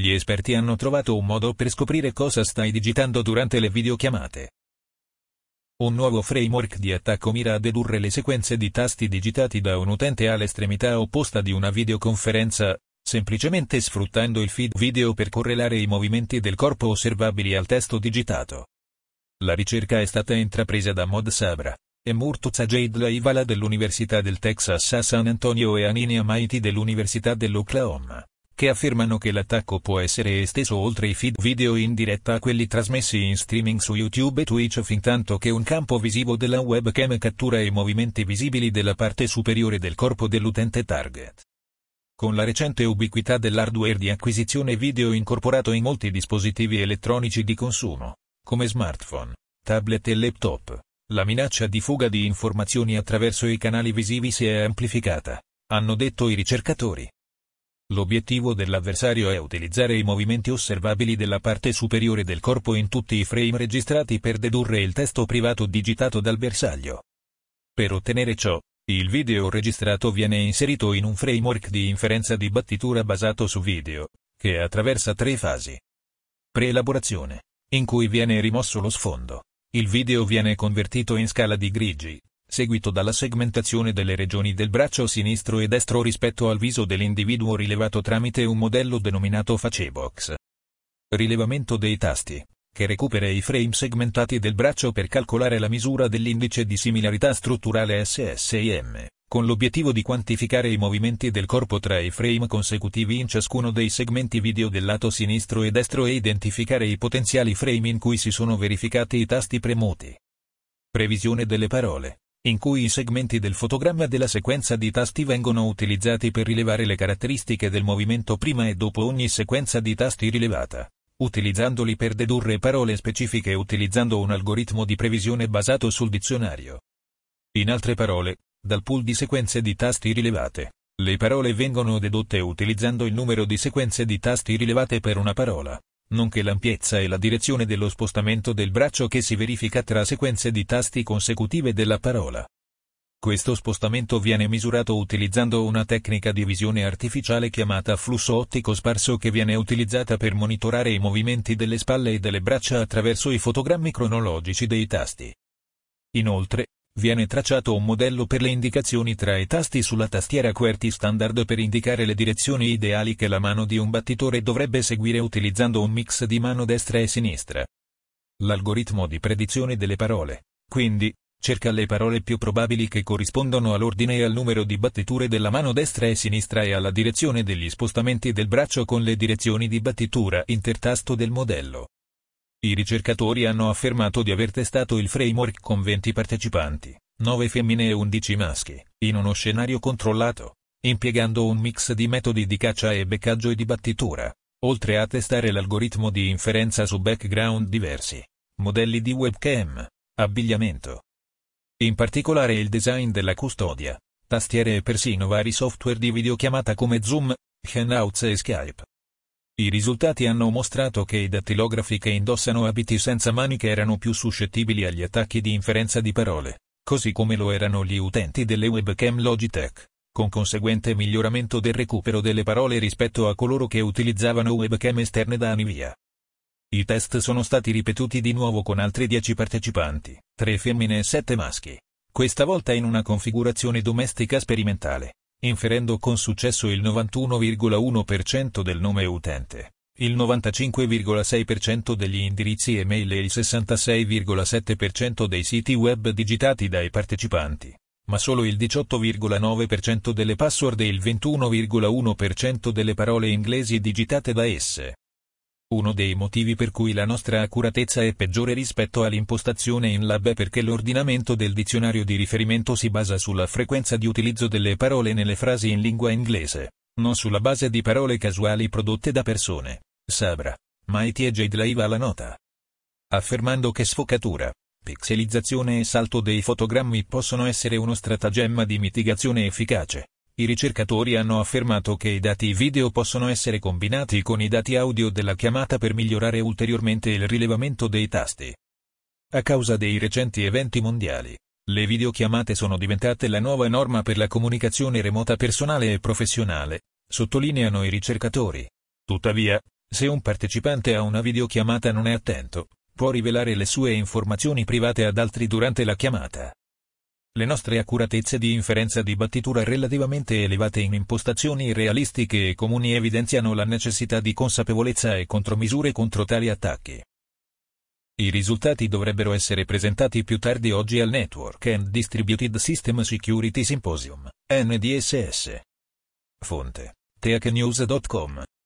Gli esperti hanno trovato un modo per scoprire cosa stai digitando durante le videochiamate. Un nuovo framework di attacco mira a dedurre le sequenze di tasti digitati da un utente all'estremità opposta di una videoconferenza, semplicemente sfruttando il feed video per correlare i movimenti del corpo osservabili al testo digitato. La ricerca è stata intrapresa da Mod Sabra e Murtaza Jade Laivala dell'Università del Texas a San Antonio e Anini Amaiti dell'Università dell'Oklahoma, che affermano che l'attacco può essere esteso oltre i feed video in diretta a quelli trasmessi in streaming su YouTube e Twitch fintanto che un campo visivo della webcam cattura i movimenti visibili della parte superiore del corpo dell'utente target. Con la recente ubiquità dell'hardware di acquisizione video incorporato in molti dispositivi elettronici di consumo, come smartphone, tablet e laptop, la minaccia di fuga di informazioni attraverso i canali visivi si è amplificata, hanno detto i ricercatori. L'obiettivo dell'avversario è utilizzare i movimenti osservabili della parte superiore del corpo in tutti i frame registrati per dedurre il testo privato digitato dal bersaglio. Per ottenere ciò, il video registrato viene inserito in un framework di inferenza di battitura basato su video, che attraversa 3 fasi. Preelaborazione, in cui viene rimosso lo sfondo. Il video viene convertito in scala di grigi, seguito dalla segmentazione delle regioni del braccio sinistro e destro rispetto al viso dell'individuo rilevato tramite un modello denominato Facebox. Rilevamento dei tasti, che recupera i frame segmentati del braccio per calcolare la misura dell'indice di similarità strutturale SSIM, con l'obiettivo di quantificare i movimenti del corpo tra i frame consecutivi in ciascuno dei segmenti video del lato sinistro e destro e identificare i potenziali frame in cui si sono verificati i tasti premuti. Previsione delle parole, in cui i segmenti del fotogramma della sequenza di tasti vengono utilizzati per rilevare le caratteristiche del movimento prima e dopo ogni sequenza di tasti rilevata, utilizzandoli per dedurre parole specifiche utilizzando un algoritmo di previsione basato sul dizionario. In altre parole, dal pool di sequenze di tasti rilevate, le parole vengono dedotte utilizzando il numero di sequenze di tasti rilevate per una parola, nonché l'ampiezza e la direzione dello spostamento del braccio che si verifica tra sequenze di tasti consecutive della parola. Questo spostamento viene misurato utilizzando una tecnica di visione artificiale chiamata flusso ottico sparso che viene utilizzata per monitorare i movimenti delle spalle e delle braccia attraverso i fotogrammi cronologici dei tasti. Inoltre, viene tracciato un modello per le indicazioni tra i tasti sulla tastiera QWERTY standard per indicare le direzioni ideali che la mano di un battitore dovrebbe seguire utilizzando un mix di mano destra e sinistra. L'algoritmo di predizione delle parole, quindi, cerca le parole più probabili che corrispondono all'ordine e al numero di battiture della mano destra e sinistra e alla direzione degli spostamenti del braccio con le direzioni di battitura intertasto del modello. I ricercatori hanno affermato di aver testato il framework con 20 partecipanti, 9 femmine e 11 maschi, in uno scenario controllato, impiegando un mix di metodi di caccia e beccaggio e di battitura, oltre a testare l'algoritmo di inferenza su background diversi, modelli di webcam, abbigliamento. In particolare il design della custodia, tastiere e persino vari software di videochiamata come Zoom, Hangouts e Skype. I risultati hanno mostrato che i dattilografi che indossano abiti senza maniche erano più suscettibili agli attacchi di inferenza di parole, così come lo erano gli utenti delle webcam Logitech, con conseguente miglioramento del recupero delle parole rispetto a coloro che utilizzavano webcam esterne da anni via. I test sono stati ripetuti di nuovo con altri 10 partecipanti, 3 femmine e 7 maschi, questa volta in una configurazione domestica sperimentale, inferendo con successo il 91,1% del nome utente, il 95,6% degli indirizzi email e il 66,7% dei siti web digitati dai partecipanti, ma solo il 18,9% delle password e il 21,1% delle parole inglesi digitate da esse. Uno dei motivi per cui la nostra accuratezza è peggiore rispetto all'impostazione in lab è perché l'ordinamento del dizionario di riferimento si basa sulla frequenza di utilizzo delle parole nelle frasi in lingua inglese, non sulla base di parole casuali prodotte da persone, Sabra, Maiti e Jade Laivala nota. Affermando che sfocatura, pixelizzazione e salto dei fotogrammi possono essere uno stratagemma di mitigazione efficace. I ricercatori hanno affermato che i dati video possono essere combinati con i dati audio della chiamata per migliorare ulteriormente il rilevamento dei tasti. A causa dei recenti eventi mondiali, le videochiamate sono diventate la nuova norma per la comunicazione remota personale e professionale, sottolineano i ricercatori. Tuttavia, Se un partecipante a una videochiamata non è attento, può rivelare le sue informazioni private ad altri durante la chiamata. Le nostre accuratezze di inferenza di battitura relativamente elevate in impostazioni realistiche e comuni evidenziano la necessità di consapevolezza e contromisure contro tali attacchi. I risultati dovrebbero essere presentati più tardi oggi al Network and Distributed System Security Symposium, NDSS. Fonte: teacnews.com